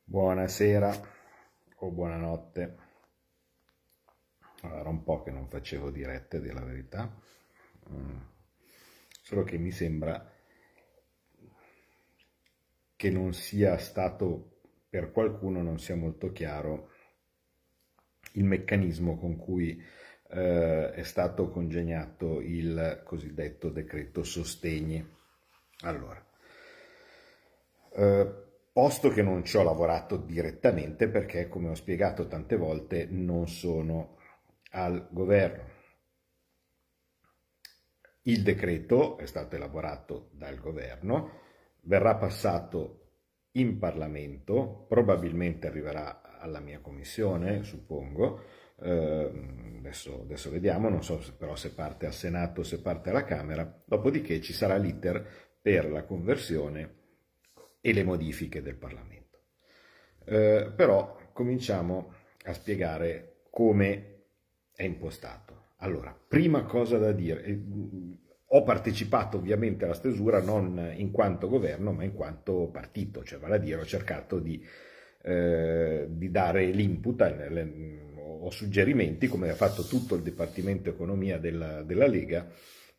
Buonasera o buonanotte. Allora, era un po' che non facevo dirette, a dire la verità. Solo che mi sembra che non sia stato, per qualcuno non sia molto chiaro il meccanismo con cui è stato congegnato il cosiddetto decreto sostegni. Allora, posto che non ci ho lavorato direttamente perché, come ho spiegato tante volte, non sono al governo. Il decreto è stato elaborato dal governo, verrà passato in Parlamento, probabilmente arriverà alla mia commissione, suppongo. Adesso vediamo, non so però se parte al Senato o se parte alla Camera, dopodiché ci sarà l'iter per la conversione e le modifiche del Parlamento. Però cominciamo a spiegare come è impostato. Allora, prima cosa da dire, ho partecipato ovviamente alla stesura non in quanto governo ma in quanto partito, cioè vale a dire ho cercato di dare l'input o suggerimenti, come ha fatto tutto il Dipartimento Economia della Lega,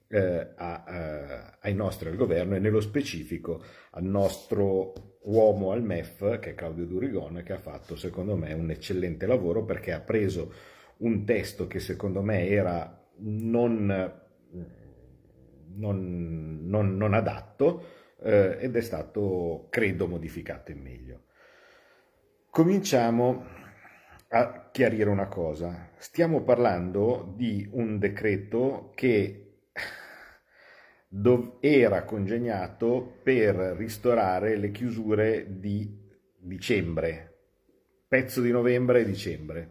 ai nostri al governo e nello specifico al nostro uomo al MEF, che è Claudio Durigon, che ha fatto secondo me un eccellente lavoro perché ha preso un testo che secondo me era non adatto ed è stato, credo, modificato in meglio. Cominciamo a chiarire una cosa. Stiamo parlando di un decreto che era congegnato per ristorare le chiusure di dicembre, pezzo di novembre e dicembre.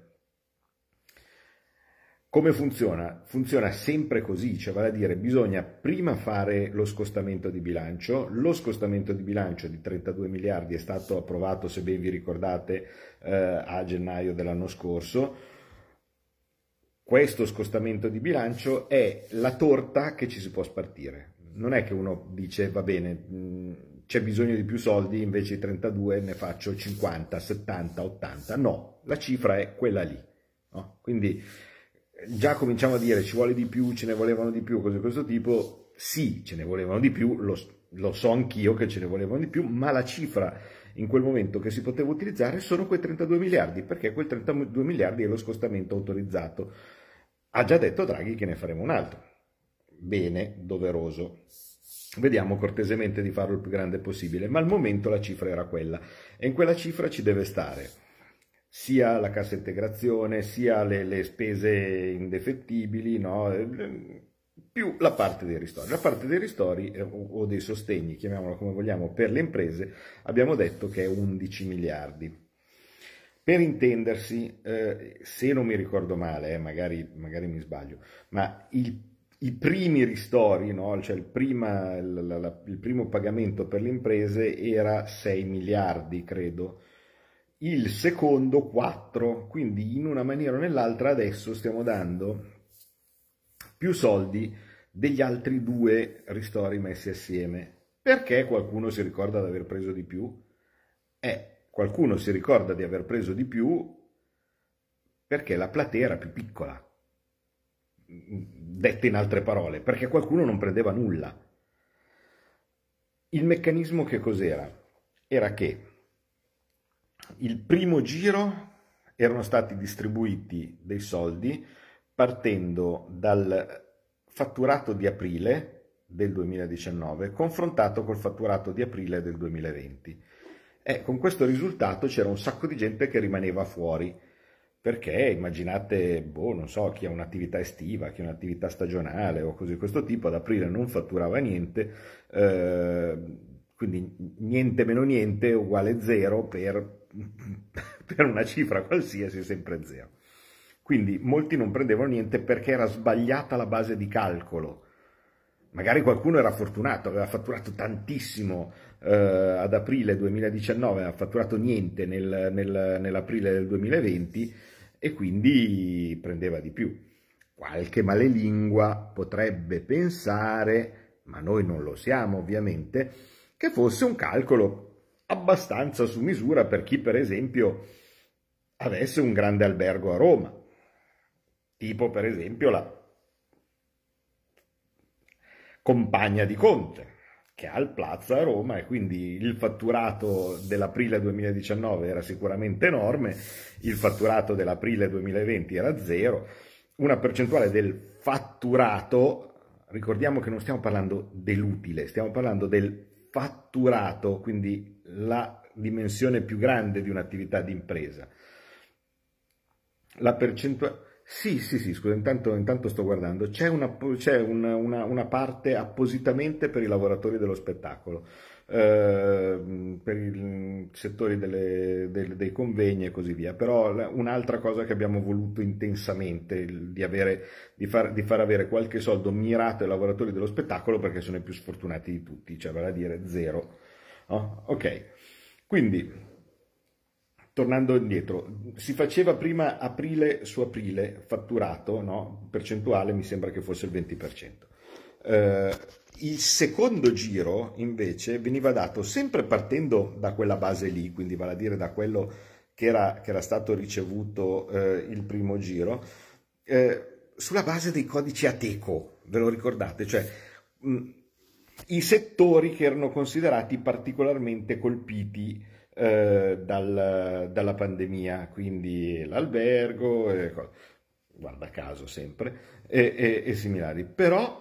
Come funziona? Funziona sempre così, cioè vale a dire bisogna prima fare lo scostamento di bilancio di 32 miliardi è stato approvato, se ben vi ricordate, a gennaio dell'anno scorso. Questo scostamento di bilancio è la torta che ci si può spartire. Non è che uno dice va bene, c'è bisogno di più soldi, invece di 32 ne faccio 50, 70, 80. No, la cifra è quella lì. No? Quindi già cominciamo a dire ci vuole di più, ce ne volevano di più, cose di questo tipo. Sì, ce ne volevano di più, lo so anch'io che ce ne volevano di più, ma la cifra in quel momento che si poteva utilizzare sono quei 32 miliardi, perché quel 32 miliardi è lo scostamento autorizzato. Ha già detto Draghi che ne faremo un altro. Bene, doveroso. Vediamo cortesemente di farlo il più grande possibile, ma al momento la cifra era quella. E in quella cifra ci deve stare sia la cassa integrazione, sia le spese indefettibili, no? Più la parte dei ristori. La parte dei ristori o dei sostegni, chiamiamolo come vogliamo, per le imprese, abbiamo detto che è 11 miliardi. Per intendersi, se non mi ricordo male, magari mi sbaglio, ma i primi ristori, no? Cioè il primo pagamento per le imprese era 6 miliardi, credo. Il secondo 4, quindi in una maniera o nell'altra adesso stiamo dando più soldi degli altri due ristori messi assieme. Perché qualcuno si ricorda di aver preso di più? Qualcuno si ricorda di aver preso di più perché la platea era più piccola, dette in altre parole, perché qualcuno non prendeva nulla. Il meccanismo che cos'era? Era che il primo giro erano stati distribuiti dei soldi partendo dal fatturato di aprile del 2019 confrontato col fatturato di aprile del 2020. E con questo risultato c'era un sacco di gente che rimaneva fuori, perché immaginate, non so, chi ha un'attività estiva, chi ha un'attività stagionale o cose di questo tipo, ad aprile non fatturava niente, quindi niente meno niente uguale zero per una cifra qualsiasi, sempre zero. Quindi molti non prendevano niente perché era sbagliata la base di calcolo. Magari qualcuno era fortunato, aveva fatturato tantissimo ad aprile 2019, aveva fatturato niente nell'aprile del 2020 e quindi prendeva di più. Qualche malelingua potrebbe pensare, ma noi non lo siamo ovviamente, che fosse un calcolo abbastanza su misura per chi, per esempio, avesse un grande albergo a Roma, tipo per esempio la Compagna di Conte, che ha il Plaza a Roma, e quindi il fatturato dell'aprile 2019 era sicuramente enorme, il fatturato dell'aprile 2020 era zero, una percentuale del fatturato, ricordiamo che non stiamo parlando dell'utile, stiamo parlando del fatturato, quindi la dimensione più grande di un'attività di impresa. La percentuale... Sì, sì, sì, scusa, intanto sto guardando. C'è una parte appositamente per i lavoratori dello spettacolo, per i settori dei convegni e così via. Però un'altra cosa che abbiamo voluto intensamente, di far avere qualche soldo mirato ai lavoratori dello spettacolo, perché sono i più sfortunati di tutti, cioè vale a dire zero. No? Ok, quindi... Tornando indietro, si faceva prima aprile su aprile fatturato, no? Percentuale mi sembra che fosse il 20%. Il secondo giro invece veniva dato sempre partendo da quella base lì, quindi vale a dire da quello che era stato ricevuto il primo giro, sulla base dei codici Ateco, ve lo ricordate? Cioè i settori che erano considerati particolarmente colpiti dalla pandemia, quindi l'albergo, guarda caso sempre, e similari. Però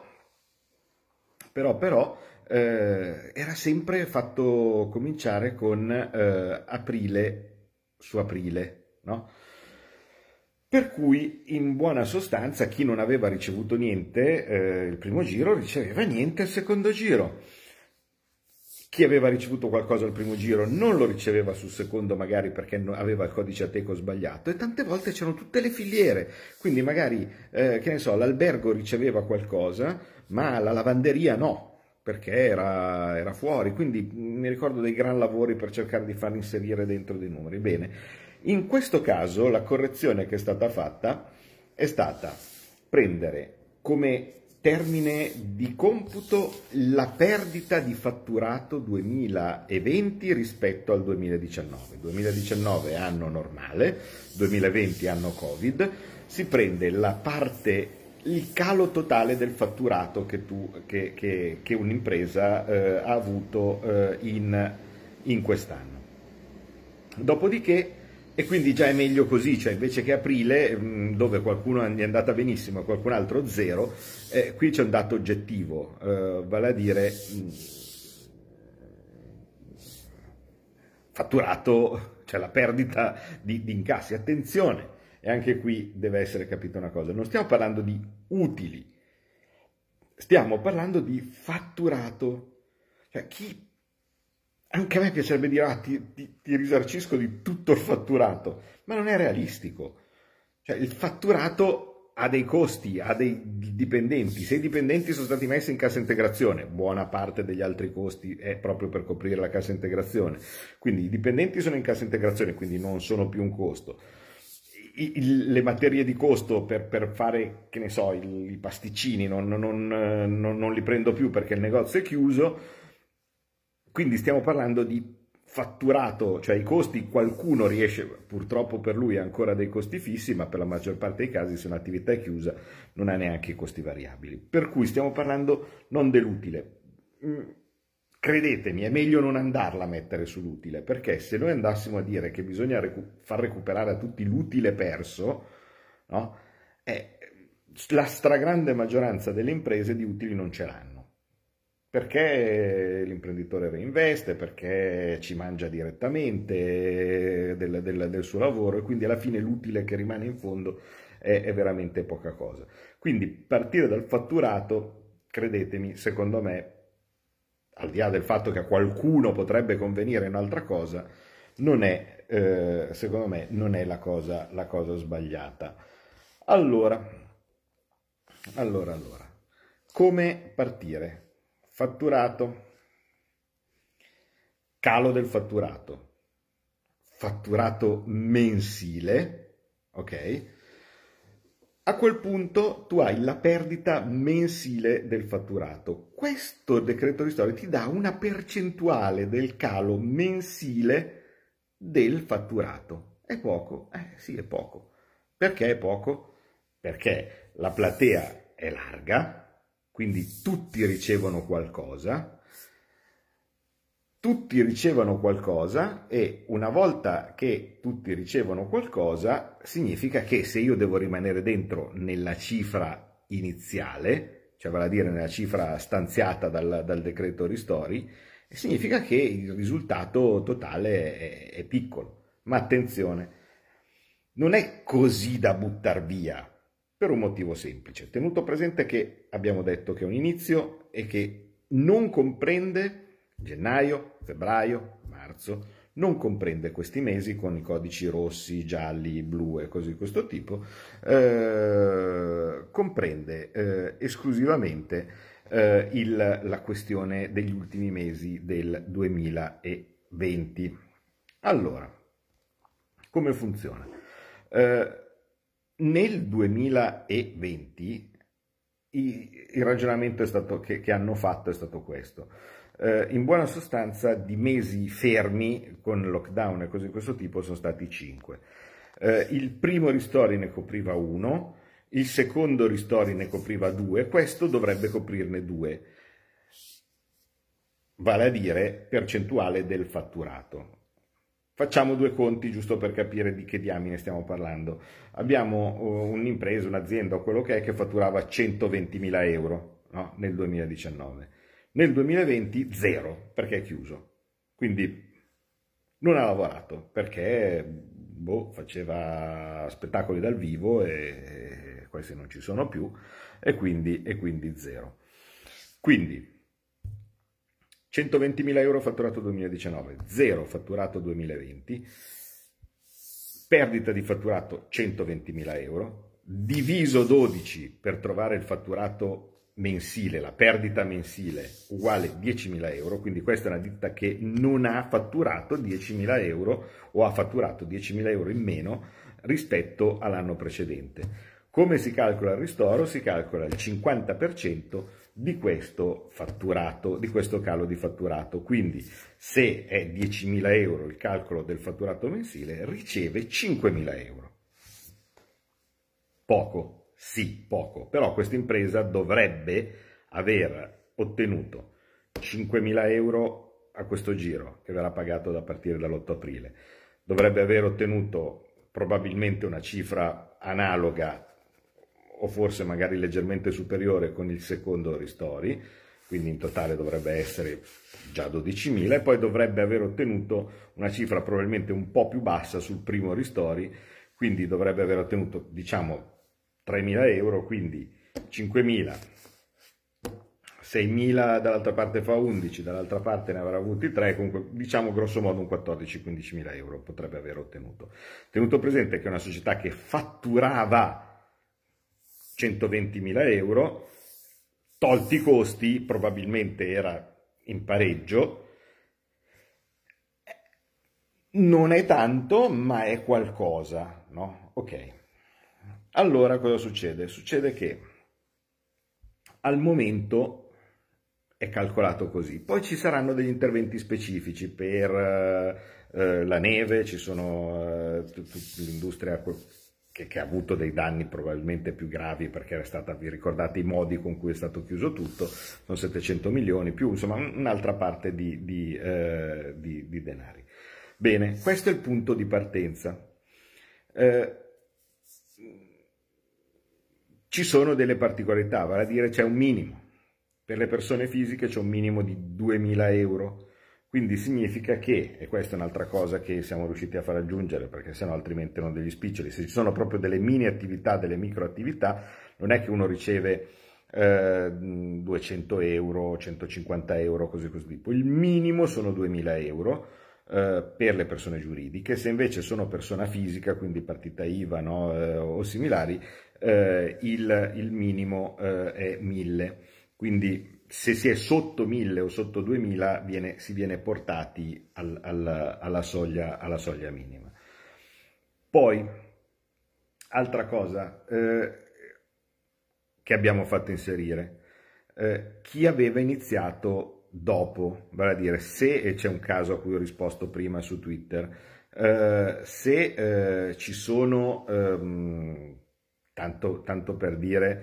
era sempre fatto cominciare con aprile su aprile, no? Per cui, in buona sostanza, chi non aveva ricevuto niente il primo giro riceveva niente il secondo giro. Chi aveva ricevuto qualcosa al primo giro non lo riceveva sul secondo, magari perché aveva il codice Ateco sbagliato, e tante volte c'erano tutte le filiere, quindi magari, che ne so, l'albergo riceveva qualcosa, ma la lavanderia no, perché era fuori, quindi mi ricordo dei gran lavori per cercare di farli inserire dentro dei numeri. Bene, in questo caso la correzione che è stata fatta è stata prendere come termine di computo la perdita di fatturato 2020 rispetto al 2019. 2019 è anno normale, 2020 anno Covid, si prende la parte, il calo totale del fatturato che un'impresa ha avuto in quest'anno. Dopodiché, e quindi già è meglio così, cioè invece che aprile, dove qualcuno gli è andata benissimo e qualcun altro zero, qui c'è un dato oggettivo, vale a dire fatturato, cioè la perdita di incassi. Attenzione, e anche qui deve essere capita una cosa, non stiamo parlando di utili, stiamo parlando di fatturato. Cioè anche a me piacerebbe dire, ti risarcisco di tutto il fatturato, ma non è realistico. Cioè, il fatturato ha dei costi, ha dei dipendenti. Se i dipendenti sono stati messi in cassa integrazione, buona parte degli altri costi è proprio per coprire la cassa integrazione. Quindi i dipendenti sono in cassa integrazione, quindi non sono più un costo. Le materie di costo per fare, che ne so, i pasticcini non li prendo più perché il negozio è chiuso. Quindi stiamo parlando di fatturato, cioè i costi, qualcuno riesce, purtroppo per lui ha ancora dei costi fissi, ma per la maggior parte dei casi se un'attività è chiusa non ha neanche i costi variabili. Per cui stiamo parlando non dell'utile. Credetemi, è meglio non andarla a mettere sull'utile, perché se noi andassimo a dire che bisogna far recuperare a tutti l'utile perso, no? La stragrande maggioranza delle imprese di utili non ce l'hanno. Perché l'imprenditore reinveste, perché ci mangia direttamente del suo lavoro, e quindi alla fine l'utile che rimane in fondo è veramente poca cosa. Quindi partire dal fatturato, credetemi, secondo me, al di là del fatto che a qualcuno potrebbe convenire un'altra cosa, non è, secondo me, non è la cosa sbagliata. Allora, come partire? Fatturato, calo del fatturato mensile, ok? A quel punto tu hai la perdita mensile del fatturato. Questo decreto ristori ti dà una percentuale del calo mensile del fatturato. È poco? Sì, è poco. Perché è poco? Perché la platea è larga, quindi tutti ricevono qualcosa, e una volta che tutti ricevono qualcosa significa che se io devo rimanere dentro nella cifra iniziale, cioè vale a dire nella cifra stanziata dal decreto ristori, significa che il risultato totale è piccolo. Ma attenzione, non è così da buttar via, per un motivo semplice, tenuto presente che abbiamo detto che è un inizio e che non comprende gennaio, febbraio, marzo, non comprende questi mesi con i codici rossi, gialli, blu e cose di questo tipo, comprende esclusivamente la questione degli ultimi mesi del 2020. Allora, come funziona? Nel 2020 il ragionamento è stato, che hanno fatto è stato questo. In buona sostanza di mesi fermi con lockdown e cose di questo tipo sono stati 5. Il primo ristori ne copriva 1, il secondo ristori ne copriva 2, questo dovrebbe coprirne 2, vale a dire percentuale del fatturato. Facciamo due conti giusto per capire di che diamine stiamo parlando. Abbiamo un'impresa, un'azienda o quello che è che fatturava 120.000 euro, no? Nel 2019. Nel 2020 zero, perché è chiuso. Quindi non ha lavorato perché faceva spettacoli dal vivo e questi non ci sono più e quindi zero. Quindi 120.000 euro fatturato 2019, 0 fatturato 2020, perdita di fatturato 120.000 euro, diviso 12 per trovare il fatturato mensile, la perdita mensile uguale 10.000 euro, quindi questa è una ditta che non ha fatturato 10.000 euro o ha fatturato 10.000 euro in meno rispetto all'anno precedente. Come si calcola il ristoro? Si calcola il 50% di questo fatturato, di questo calo di fatturato. Quindi se è 10.000 euro il calcolo del fatturato mensile, riceve 5.000 euro. Poco, sì, poco, però questa impresa dovrebbe aver ottenuto 5.000 euro a questo giro, che verrà pagato a partire dall'8 aprile. Dovrebbe aver ottenuto probabilmente una cifra analoga o forse magari leggermente superiore con il secondo ristori, quindi in totale dovrebbe essere già 12.000 e poi dovrebbe aver ottenuto una cifra probabilmente un po' più bassa sul primo ristori, quindi dovrebbe aver ottenuto diciamo 3.000 euro, quindi 5.000, 6.000 dall'altra parte fa 11, dall'altra parte ne avrà avuti 3, comunque diciamo grosso modo un 14-15.000 euro potrebbe aver ottenuto. Tenuto presente che è una società che fatturava 120.000 euro, tolti i costi, probabilmente era in pareggio, non è tanto, ma è qualcosa, no? Ok. Allora cosa succede? Succede che al momento è calcolato così, poi ci saranno degli interventi specifici per la neve, ci sono l'industria che ha avuto dei danni probabilmente più gravi perché era stata, vi ricordate i modi con cui è stato chiuso tutto, sono 700 milioni più, insomma un'altra parte di denari. Bene, questo è il punto di partenza. Ci sono delle particolarità, vale a dire c'è un minimo. Per le persone fisiche c'è un minimo di 2.000 euro, quindi significa che, e questa è un'altra cosa che siamo riusciti a far aggiungere, perché sennò altrimenti erano degli spiccioli, se ci sono proprio delle mini attività, delle micro attività, non è che uno riceve 200 euro, 150 euro, così tipo. Il minimo sono 2.000 euro per le persone giuridiche, se invece sono persona fisica, quindi partita IVA, no, o similari, il minimo è 1.000. Quindi se si è sotto 1.000 o sotto 2.000 si viene portati alla soglia minima. Poi, altra cosa, che abbiamo fatto inserire. Chi aveva iniziato dopo, vale a dire se, e c'è un caso a cui ho risposto prima su Twitter, se ci sono, tanto per dire,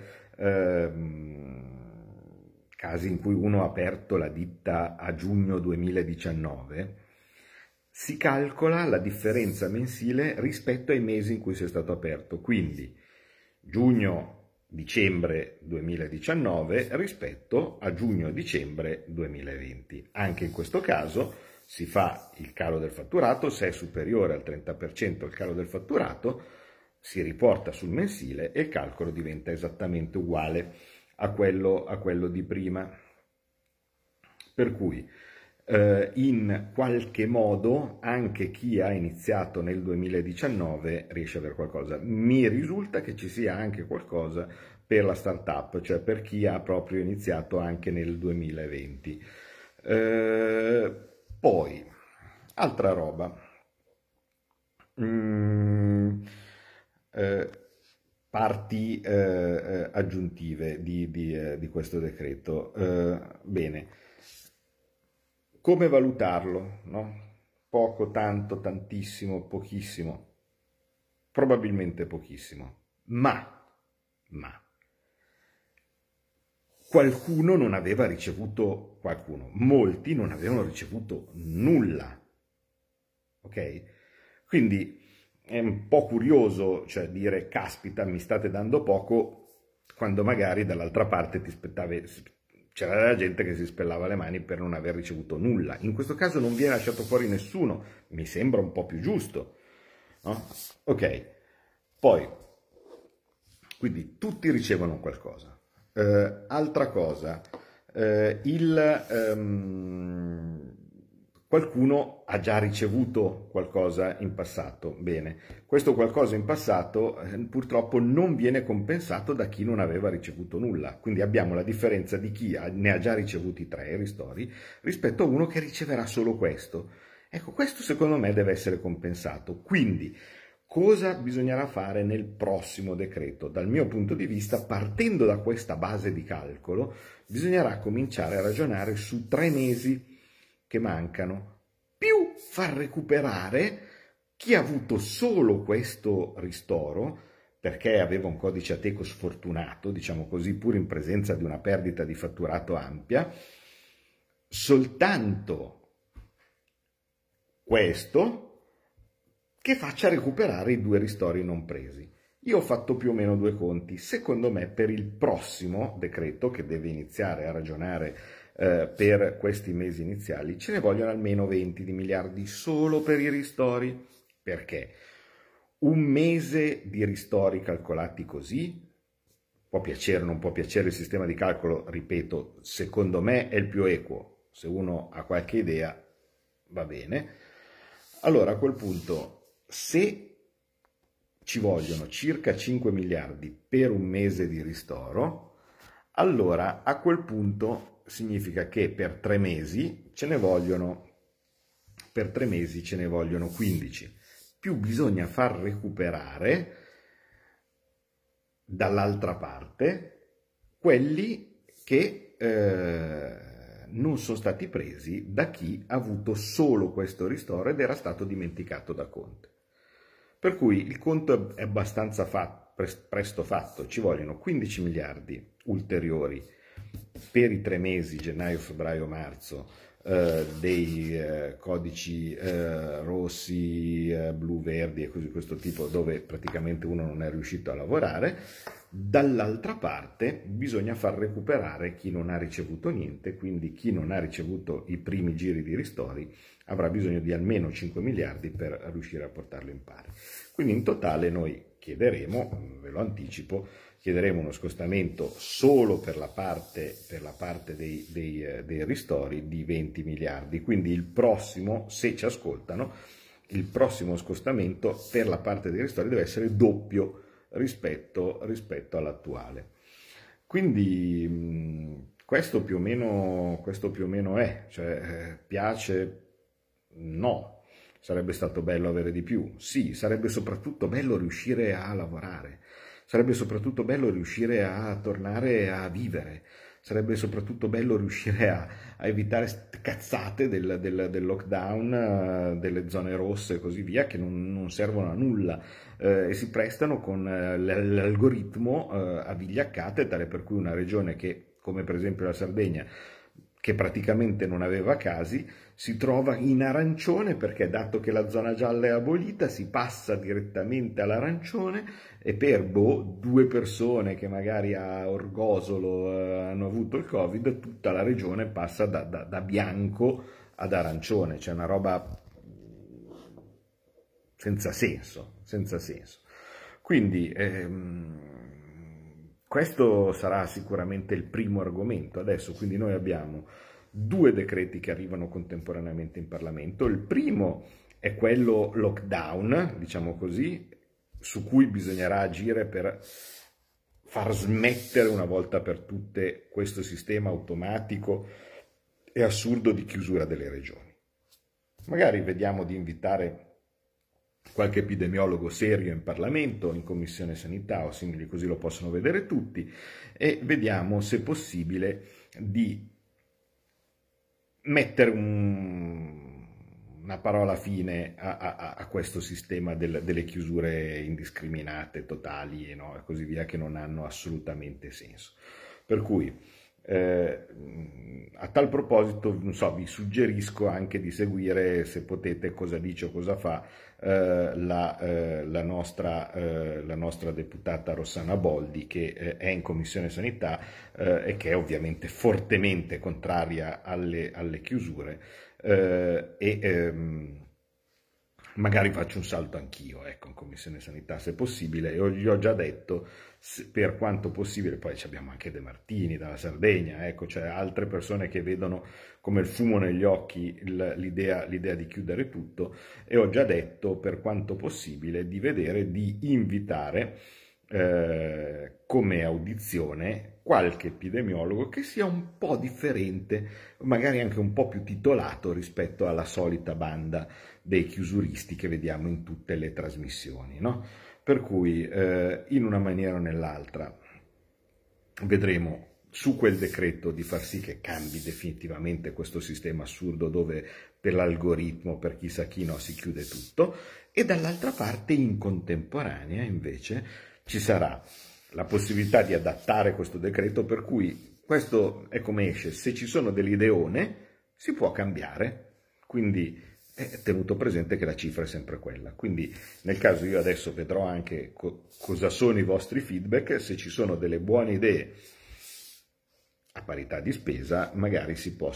casi in cui uno ha aperto la ditta a giugno 2019, si calcola la differenza mensile rispetto ai mesi in cui si è stato aperto, quindi giugno-dicembre 2019 rispetto a giugno-dicembre 2020. Anche in questo caso si fa il calo del fatturato, se è superiore al 30% il calo del fatturato, si riporta sul mensile e il calcolo diventa esattamente uguale a quello di prima. Per cui in qualche modo anche chi ha iniziato nel 2019 riesce ad avere qualcosa. Mi risulta che ci sia anche qualcosa per la startup, cioè per chi ha proprio iniziato anche nel 2020. Poi, altra roba. Parti aggiuntive di questo decreto. Bene. Come valutarlo? No? Poco, tanto, tantissimo, pochissimo? Probabilmente pochissimo. Ma qualcuno non aveva ricevuto, molti non avevano ricevuto nulla. Ok? Quindi è un po' curioso, cioè dire, caspita, mi state dando poco, quando magari dall'altra parte c'era della gente che si spellava le mani per non aver ricevuto nulla. In questo caso non viene lasciato fuori nessuno, mi sembra un po' più giusto, no? Ok, poi, quindi tutti ricevono qualcosa. Altra cosa, qualcuno ha già ricevuto qualcosa in passato. Bene, questo qualcosa in passato purtroppo non viene compensato da chi non aveva ricevuto nulla. Quindi abbiamo la differenza di chi ne ha già ricevuti 3 ristori rispetto a uno che riceverà solo questo. Ecco, questo secondo me deve essere compensato. Quindi cosa bisognerà fare nel prossimo decreto? Dal mio punto di vista, partendo da questa base di calcolo, bisognerà cominciare a ragionare su 3 mesi che mancano, più far recuperare chi ha avuto solo questo ristoro, perché aveva un codice Ateco sfortunato, diciamo così, pur in presenza di una perdita di fatturato ampia, soltanto questo che faccia recuperare i 2 ristori non presi. Io ho fatto più o meno 2 conti. Secondo me per il prossimo decreto, che deve iniziare a ragionare per questi mesi iniziali, ce ne vogliono almeno 20 di miliardi solo per i ristori. Perché? Un mese di ristori calcolati così, può piacere o non può piacere il sistema di calcolo, ripeto, secondo me è il più equo. Se uno ha qualche idea, va bene. Allora a quel punto, se ci vogliono circa 5 miliardi per un mese di ristoro, allora a quel punto significa che per 3 mesi ce ne vogliono 15, più bisogna far recuperare dall'altra parte quelli che non sono stati presi da chi ha avuto solo questo ristoro ed era stato dimenticato da Conte. Per cui il conto è abbastanza presto fatto, ci vogliono 15 miliardi ulteriori per i 3 mesi, gennaio, febbraio, marzo, dei codici rossi, blu, verdi e così questo tipo, dove praticamente uno non è riuscito a lavorare. Dall'altra parte bisogna far recuperare chi non ha ricevuto niente, quindi chi non ha ricevuto i primi giri di ristori avrà bisogno di almeno 5 miliardi per riuscire a portarlo in pari. Quindi in totale noi chiederemo, ve lo anticipo, chiederemo uno scostamento solo per la parte dei ristori di 20 miliardi. Quindi il prossimo, se ci ascoltano, il prossimo scostamento per la parte dei ristori deve essere doppio rispetto all'attuale. Quindi questo più o meno è, cioè piace? No. Sarebbe stato bello avere di più? Sì, sarebbe soprattutto bello riuscire a lavorare. Sarebbe soprattutto bello riuscire a tornare a vivere, sarebbe soprattutto bello riuscire a evitare ste cazzate del lockdown, delle zone rosse e così via, che non servono a nulla e si prestano con l'algoritmo a vigliaccate, tale per cui una regione che, come per esempio la Sardegna, che praticamente non aveva casi, si trova in arancione perché, dato che la zona gialla è abolita, si passa direttamente all'arancione e per 2 persone che magari a Orgosolo hanno avuto il Covid, tutta la regione passa da bianco ad arancione. C'è una roba senza senso, senza senso. Quindi questo sarà sicuramente il primo argomento. Adesso quindi noi abbiamo 2 decreti che arrivano contemporaneamente in Parlamento. Il primo è quello lockdown, diciamo così, su cui bisognerà agire per far smettere una volta per tutte questo sistema automatico e assurdo di chiusura delle regioni. Magari vediamo di invitare qualche epidemiologo serio in Parlamento, in Commissione Sanità o simili, così lo possono vedere tutti, e vediamo se è possibile di mettere una parola fine a questo sistema delle chiusure indiscriminate, totali no, e così via, che non hanno assolutamente senso. Per cui a tal proposito, non so, vi suggerisco anche di seguire, se potete, Cosa dice o cosa fa la nostra deputata Rossana Boldi, che è in Commissione Sanità e che è ovviamente fortemente contraria alle chiusure magari faccio un salto anch'io, ecco, in Commissione Sanità se possibile. Io gli ho già detto, per quanto possibile, poi abbiamo anche De Martini dalla Sardegna, ecco, cioè altre persone che vedono come il fumo negli occhi l'idea di chiudere tutto, e ho già detto, per quanto possibile, di vedere di invitare come audizione qualche epidemiologo che sia un po' differente, magari anche un po' più titolato rispetto alla solita banda dei chiusuristi che vediamo in tutte le trasmissioni, no? Per cui in una maniera o nell'altra vedremo su quel decreto di far sì che cambi definitivamente questo sistema assurdo dove per l'algoritmo, per chissà chi no, si chiude tutto, e dall'altra parte in contemporanea invece ci sarà la possibilità di adattare questo decreto, per cui questo è come esce: se ci sono dell'ideone si può cambiare, quindi è tenuto presente che la cifra è sempre quella. Quindi nel caso, io adesso vedrò anche cosa sono i vostri feedback, se ci sono delle buone idee a parità di spesa magari si può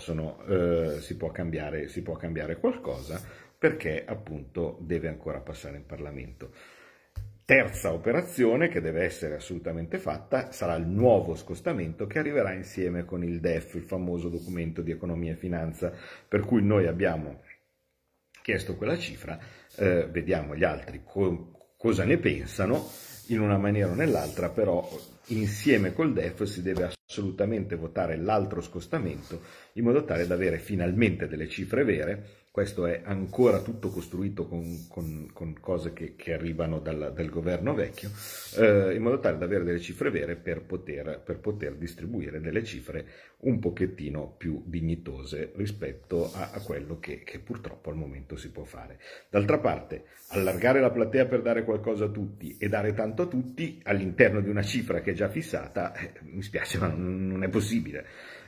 cambiare qualcosa, perché appunto deve ancora passare in Parlamento. Terza operazione che deve essere assolutamente fatta sarà il nuovo scostamento, che arriverà insieme con il DEF, il famoso documento di economia e finanza, per cui noi abbiamo chiesto quella cifra, vediamo gli altri cosa ne pensano. In una maniera o nell'altra, però, insieme col DEF si deve assolutamente votare l'altro scostamento, in modo tale da avere finalmente delle cifre vere. Questo è ancora tutto costruito con cose che arrivano dal governo vecchio, in modo tale da avere delle cifre vere per poter distribuire delle cifre un pochettino più dignitose rispetto a quello che purtroppo al momento si può fare. D'altra parte, allargare la platea per dare qualcosa a tutti e dare tanto a tutti all'interno di una cifra che è già fissata, mi spiace, ma non è possibile.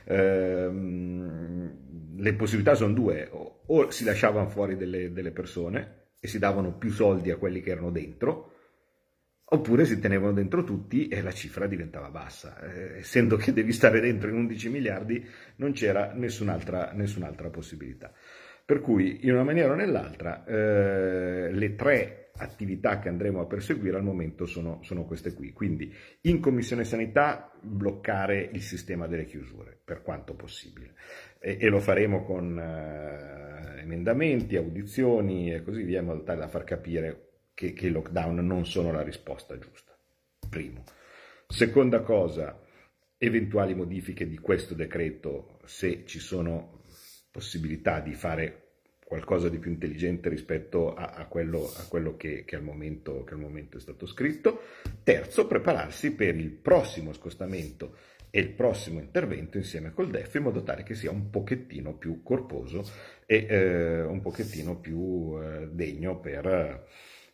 Le possibilità sono due: o si lasciavano fuori delle persone e si davano più soldi a quelli che erano dentro, oppure si tenevano dentro tutti e la cifra diventava bassa. Essendo che devi stare dentro in 11 miliardi, non c'era nessun'altra possibilità. Per cui, in una maniera o nell'altra, le tre attività che andremo a perseguire al momento sono queste qui. Quindi, in Commissione Sanità, bloccare il sistema delle chiusure, per quanto possibile. E lo faremo con emendamenti, audizioni e così via, in modo tale da far capire che i lockdown non sono la risposta giusta. Primo. Seconda cosa, eventuali modifiche di questo decreto, se ci sono possibilità di fare qualcosa di più intelligente rispetto a quello che al momento è stato scritto. Terzo, prepararsi per il prossimo scostamento e il prossimo intervento insieme col DEF, in modo tale che sia un pochettino più corposo e un pochettino più degno per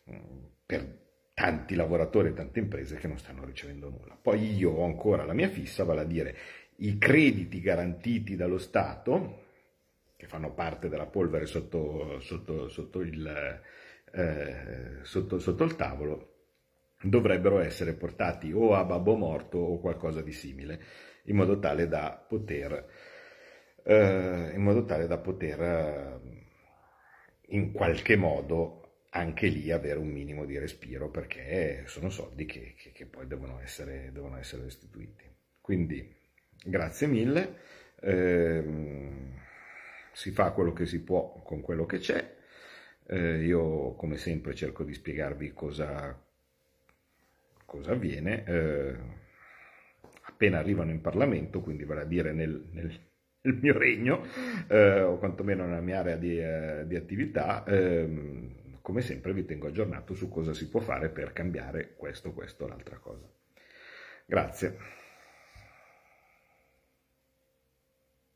tanti lavoratori e tante imprese che non stanno ricevendo nulla. Poi io ho ancora la mia fissa, vale a dire i crediti garantiti dallo Stato, che fanno parte della polvere sotto il tavolo, dovrebbero essere portati o a babbo morto o qualcosa di simile, in modo tale da poter in qualche modo anche lì avere un minimo di respiro, perché sono soldi che poi devono essere restituiti. Quindi grazie mille, si fa quello che si può con quello che c'è. Io come sempre cerco di spiegarvi cosa avviene appena arrivano in Parlamento, quindi vale a dire nel mio regno, o quantomeno nella mia area di attività. Come sempre vi tengo aggiornato su cosa si può fare per cambiare questo, l'altra cosa. Grazie.